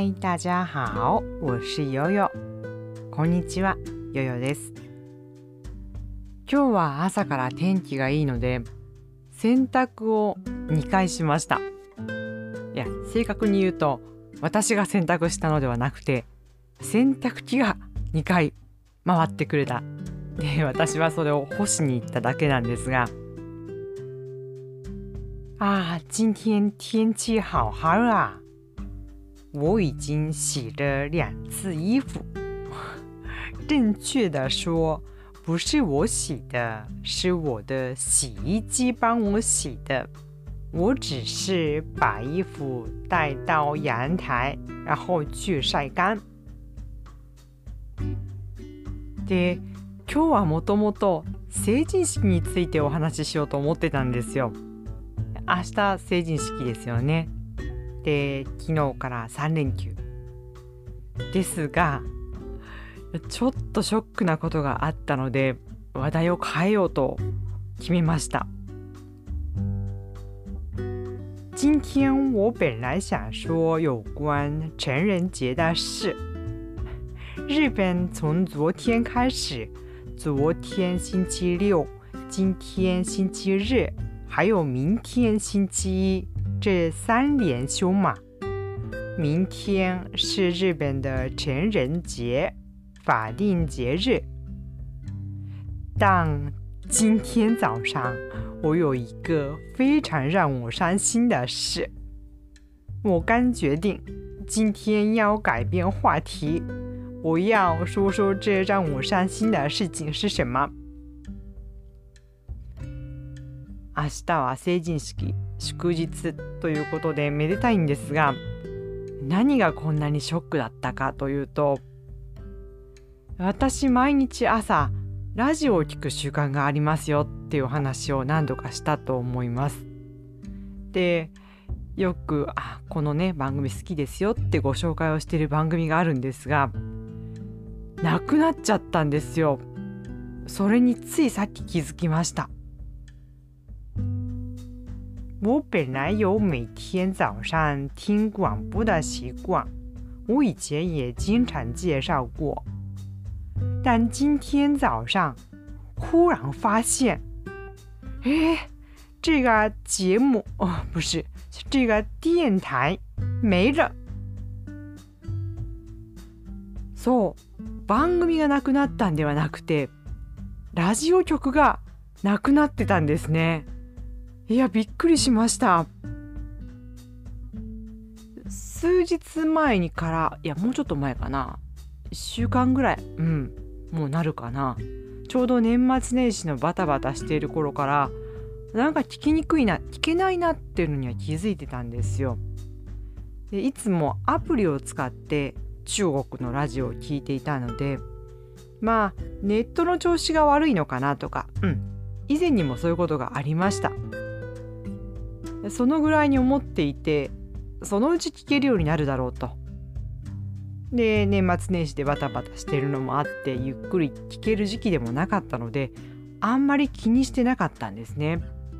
嗨，大家好，我是ヨヨ。こんにちは、ヨヨです。今日は朝から天気がいいので、洗濯を2回しました。いや、正確に言うと、私が洗濯したのではなくて、洗濯機が2回回ってくれた。で、私はそれを干しに行っただけなんですが、今天天气好好啊！我已经洗了2次衣服。正确的说，不是我洗的，是我的洗衣机帮我洗的。我只是把衣服带到阳台，然后去晒干。で、今日はもともと成人式についてお話ししようと思ってたんですよ。明日成人式ですよね。で、昨日から3連休ですが、ちょっとショックなことがあったので話題を変えようと決めました。今天我本来想说有关成人节的事。日本从昨天开始，昨天星期六，今天星期日，还有明天星期一，这3连休嘛。明天是日本的成人节，法定节日。但今天早上我有一个非常让我伤心的事，我刚决定今天要改变话题，我要说说这让我伤心的事情是什么。明日は成人式、祝日ということでめでたいんですが、何がこんなにショックだったかというと、私毎日朝ラジオを聞く習慣がありますよっていう話を何度かしたと思います。で、よくこのね番組好きですよってご紹介をしている番組があるんですが、なくなっちゃったんですよ。それについさっき気づきました。我本来有每天早上听广播的习惯，我以前也经常介绍过。但今天早上忽然发现，这个节目不是这个电台没了。そう、番組がなくなったんではなくて、ラジオ局がなくなってたんですね。いや、びっくりしました。数日前にから、いやもうちょっと前かな、1週間ぐらい、もうなるかな、ちょうど年末年始のバタバタしている頃から、なんか聞きにくいな、聞けないなっていうのには気づいてたんですよ。で、いつもアプリを使って中国のラジオを聞いていたので、ネットの調子が悪いのかなとか、以前にもそういうことがありました。そのぐらいに思っていて、そのうち聞けるようになるだろうと。で、年末年始でバタバタしているのもあって、ゆっくり聞ける時期でもなかったので、あんまり気にしてなかったんですね。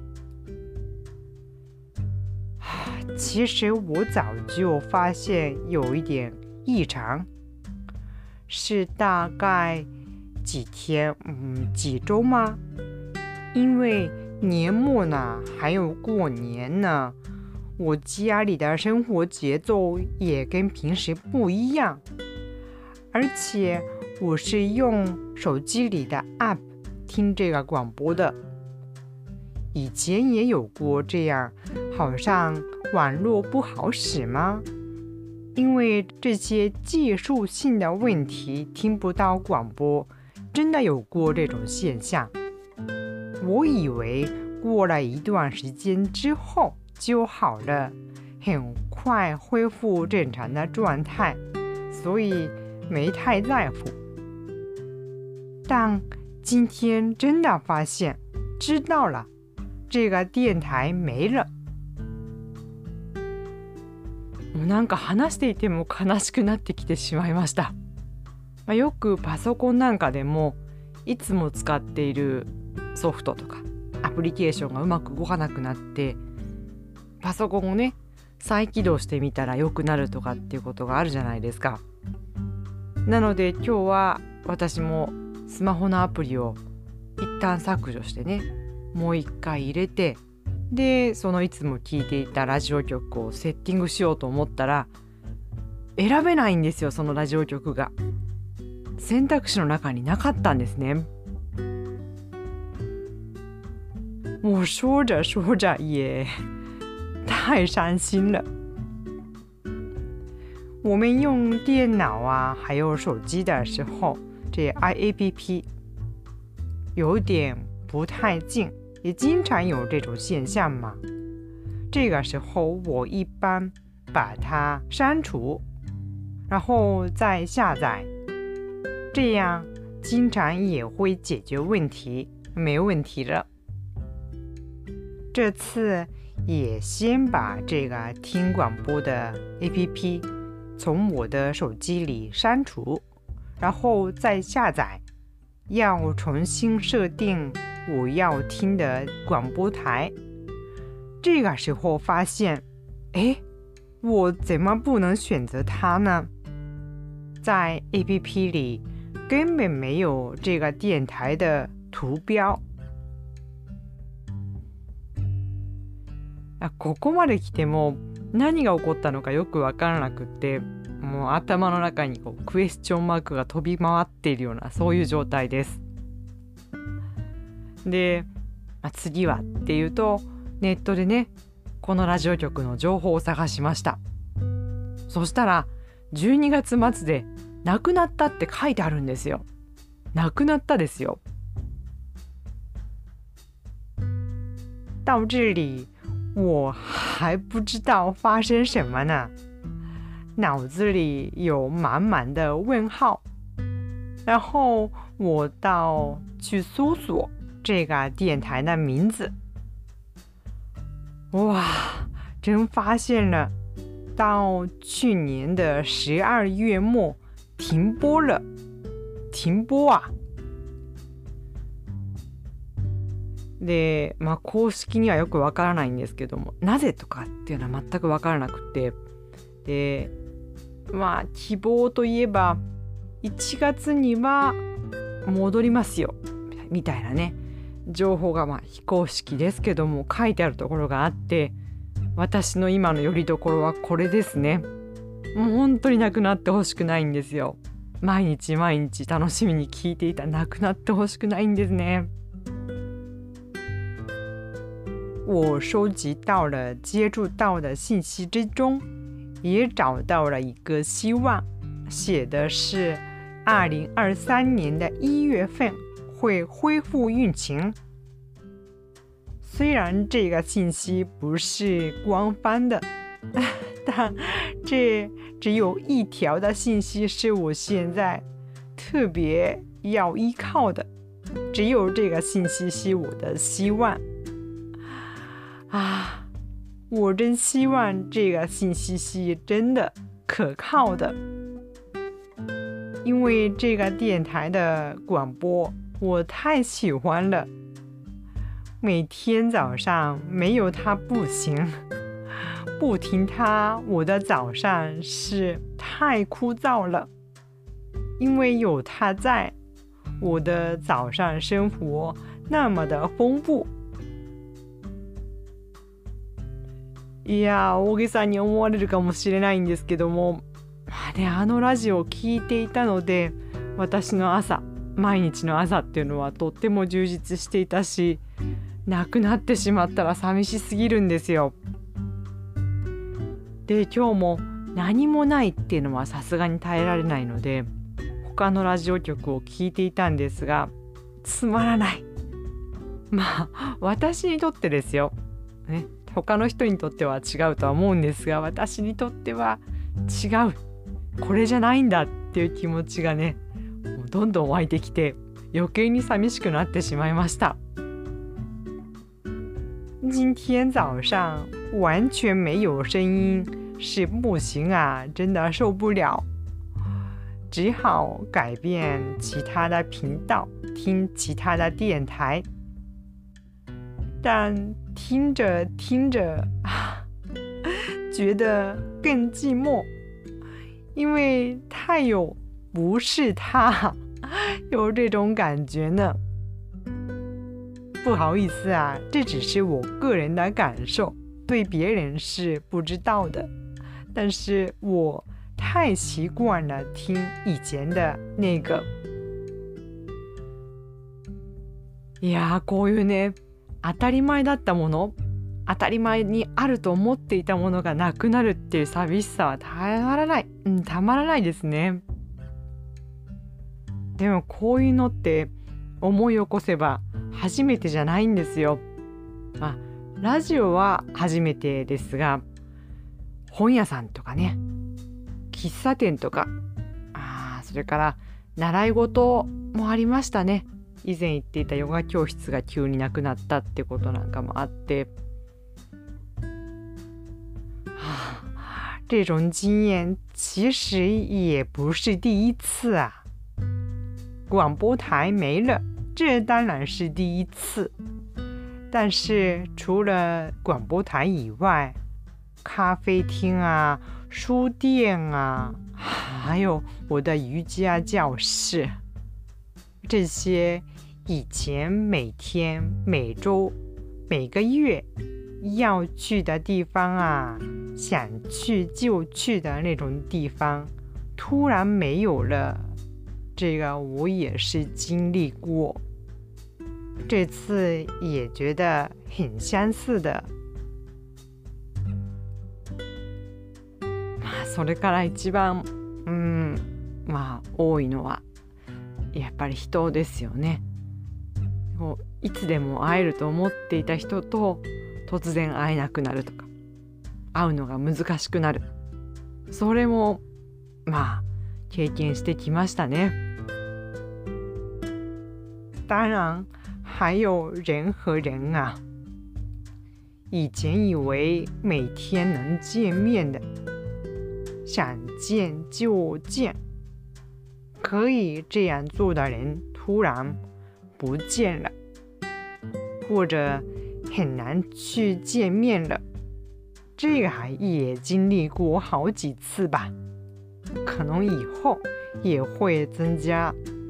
其实我早就发现有一点异常，是大概几天，几周吗？因为年末呢，还有过年呢，我家里的生活节奏也跟平时不一样，而且我是用手机里的 app 听这个广播的。以前也有过这样，好像网络不好使吗？因为这些技术性的问题听不到广播，真的有过这种现象。我以为过了一段时间之后就好了，很快恢复正常的状态，所以没太在乎。但今天真的发现，知道了，这个電台没了。もうなんか話していても悲しくなってきてしまいました。よくパソコンなんかでもいつも使っているソフトとかアプリケーションがうまく動かなくなって、パソコンをね再起動してみたら良くなるとかっていうことがあるじゃないですか。なので今日は私もスマホのアプリを一旦削除してね、もう一回入れて、でそのいつも聞いていたラジオ局をセッティングしようと思ったら選べないんですよ。そのラジオ局が選択肢の中になかったんですね。我说着说着也太伤心了。我们用电脑啊还有手机的时候，这 iAPP 有点不太近，也经常有这种现象嘛。这个时候我一般把它删除，然后再下载，这样经常也会解决问题，没问题了。这次也先把这个听广播的 APP 从我的手机里删除，然后再下载，要重新设定我要听的广播台。这个时候发现，我怎么不能选择它呢？在 APP 里根本没有这个电台的图标。ここまで来ても何が起こったのかよく分からなくって、もう頭の中にクエスチョンマークが飛び回っているような、そういう状態です。で、次はっていうとネットでね、このラジオ局の情報を探しました。そしたら12月末で亡くなったって書いてあるんですよ。亡くなったですよ。到这里我还不知道发生什么呢，脑子里有满满的问号。然后我去搜索这个电台的名字，哇，真发现了，到去年的12月末停播了。停播啊。で、公式にはよくわからないんですけども、なぜとかっていうのは全くわからなくて、で、希望といえば1月には戻りますよみたいなね、情報が非公式ですけども書いてあるところがあって、私の今の拠り所はこれですね。もう本当になくなってほしくないんですよ。毎日毎日楽しみに聞いていた、なくなってほしくないんですね。我收集到了接触到的信息之中，也找到了一个希望，写的是2023年的1月份会恢复运行。虽然这个信息不是官方的，但这只有一条的信息是我现在特别要依靠的，只有这个信息是我的希望。我真希望这个信息是真的可靠的，因为这个电台的广播我太喜欢了，每天早上没有它不行，不听它我的早上是太枯燥了，因为有它在，我的早上生活那么的丰富。いや、大げさに思われるかもしれないんですけども、あのラジオを聞いていたので、私の朝、毎日の朝っていうのはとっても充実していたし、なくなってしまったら寂しすぎるんですよ。で、今日も何もないっていうのはさすがに耐えられないので、他のラジオ局を聞いていたんですが、つまらない。私にとってですよ、ね、他の人にとっては違うとは思うんですが、私にとっては違う、これじゃないんだっていう気持ちがね、もうどんどん湧いてきて余計に寂しくなってしまいました。今天早上完全没有声音，是不行啊，真的受不了，只好改变其他的频道，听其他的电台。但听着听着觉得更寂寞，因为他有不是他，有这种感觉呢。不好意思啊，这只是我个人的感受，对别人是不知道的。但是我太习惯了听以前的那个。いやー、こういうね、当たり前だったもの、当たり前にあると思っていたものがなくなるっていう寂しさはたまらない、たまらないですね。でもこういうのって思い起こせば初めてじゃないんですよ。ラジオは初めてですが、本屋さんとかね、喫茶店とか、それから習い事もありましたね。以前行っていたヨガ教室が急になくなったってことなんかもあって、这种经验其实也不是第一次啊。广播台没了，这当然是第一次。但是除了广播台以外，咖啡厅啊、书店啊，还有我的瑜伽教室，这些以前每天、每周、每个月要去的地方啊，想去就去的那种地方，突然没有了。这个我也是经历过，这次也觉得很相似的。それから一番、多いのはやっぱり人ですよね。いつでも会えると思っていた人と突然会えなくなるとか、会うのが難しくなる。それも経験してきましたね。当然还有人和人啊，以前以为每天能见面的，想见就见，可以这样做的人突然不见了，或者很难去见面了，这个也经历过好几次吧，可能以后也会增加。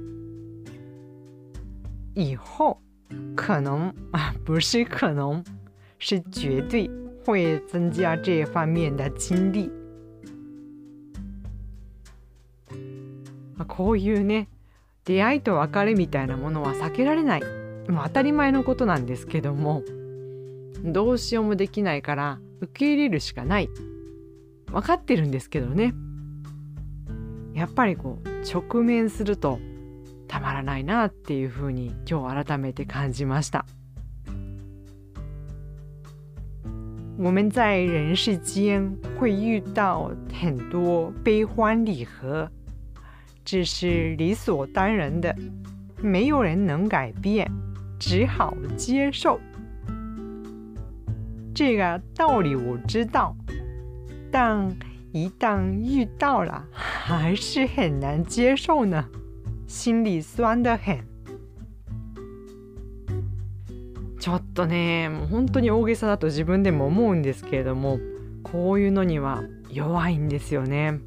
以后可能不是可能，是绝对会增加这方面的经历。こういうね、出会いと別れみたいなものは避けられない、当たり前のことなんですけども、どうしようもできないから受け入れるしかない。分かってるんですけどね。やっぱり直面するとたまらないなっていうふうに今日改めて感じました。我们在人世间会遇到很多悲欢离合，这是理所当然的，没有人能改变，只好接受。这个道理我知道，但一旦遇到了，还是很难接受呢。心里酸得很。ちょっとね、もう本当に大げさだと自分でも思うんですけれども、こういうのには弱いんですよね。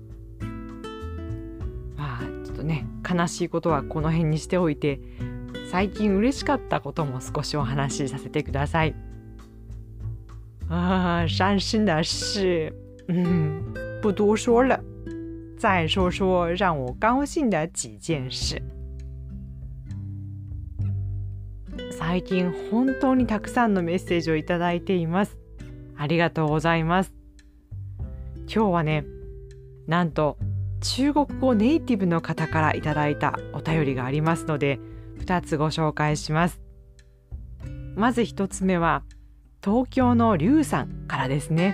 ちょっとね、悲しいことはこの辺にしておいて、最近嬉しかったことも少しお話しさせてください。伤心的事，不多说了。再说说让我高兴的几件事。最近本当にたくさんのメッセージをいただいています。ありがとうございます。今日はね、なんと中国語ネイティブの方からいただいたお便りがありますので、2つご紹介します。まず1つ目は東京のリュウさんからですね。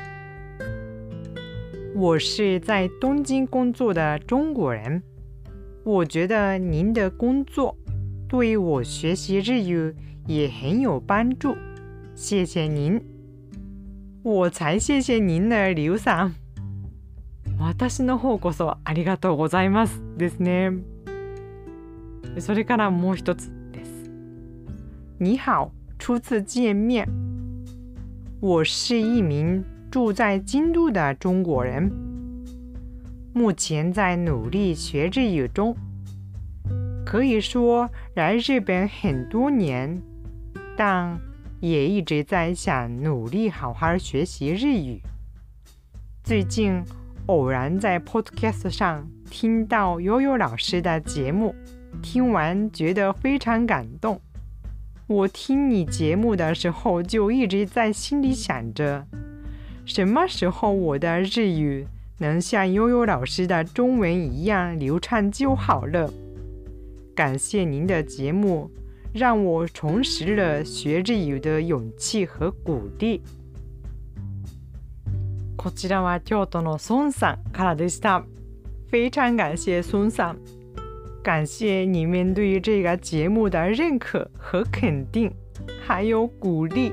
我是在东京工作的中国人，我觉得您的工作对我学习日语也很有帮助，谢谢您。我才谢谢您呢，リュウさん。私の方こそありがとうございますですね。それからもう一つです。你好，初次见面。我是一名住在京都的中国人，目前在努力学日语中。可以说来日本很多年，但也一直在想努力好好学习日语。最近偶然在 Podcast 上听到悠悠老师的节目，听完觉得非常感动。我听你节目的时候就一直在心里想着，什么时候我的日语能像悠悠老师的中文一样流畅就好了。感谢您的节目，让我重拾了学日语的勇气和鼓励。こちらは京都の孫さんからでした。非常感谢孙さん，感谢你们对于这个节目的认可和肯定，还有鼓励。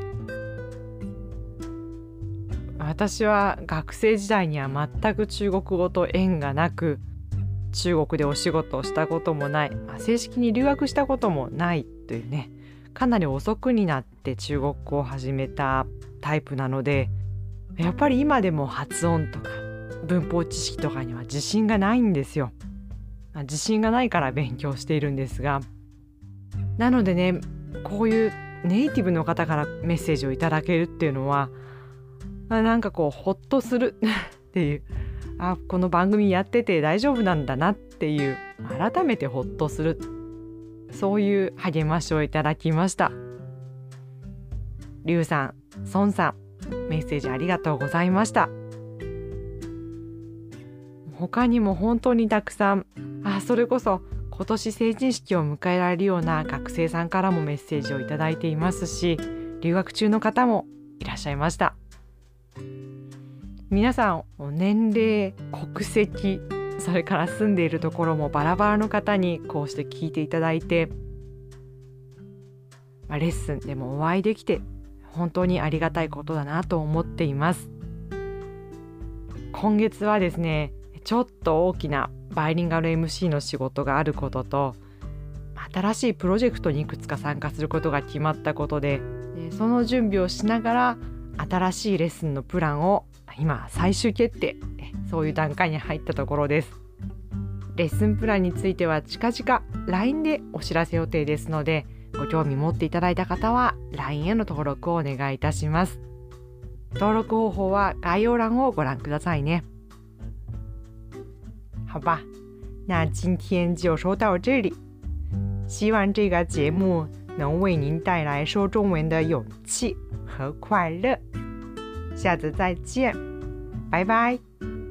私は学生時代には全く中国語と縁がなく、中国でお仕事をしたこともない、正式に留学したこともないというね、かなり遅くになって中国語を始めたタイプなので、やっぱり今でも発音とか文法知識とかには自信がないんですよ。自信がないから勉強しているんですが、なのでね、こういうネイティブの方からメッセージをいただけるっていうのは、なんかこうホッとするっていう、この番組やってて大丈夫なんだなっていう、改めてホッとする、そういう励ましをいただきました。リュウさん、ソンさん、メッセージありがとうございました。他にも本当にたくさん、それこそ今年成人式を迎えられるような学生さんからもメッセージをいただいていますし、留学中の方もいらっしゃいました。皆さん年齢、国籍、それから住んでいるところもバラバラの方にこうして聞いていただいて、レッスンでもお会いできて本当にありがたいことだなと思っています。今月はですね、ちょっと大きなバイリンガル MC の仕事があることと、新しいプロジェクトにいくつか参加することが決まったことで、その準備をしながら新しいレッスンのプランを今最終決定、そういう段階に入ったところです。レッスンプランについては近々 LINE でお知らせ予定ですので、ご興味持っていただいた方は LINE への登録をお願いいたします。登録方法は概要欄をご覧くださいね。好吧，那今天就说到这里。希望这个节目能为您带来说中文的勇气和快乐。下次再见，拜拜。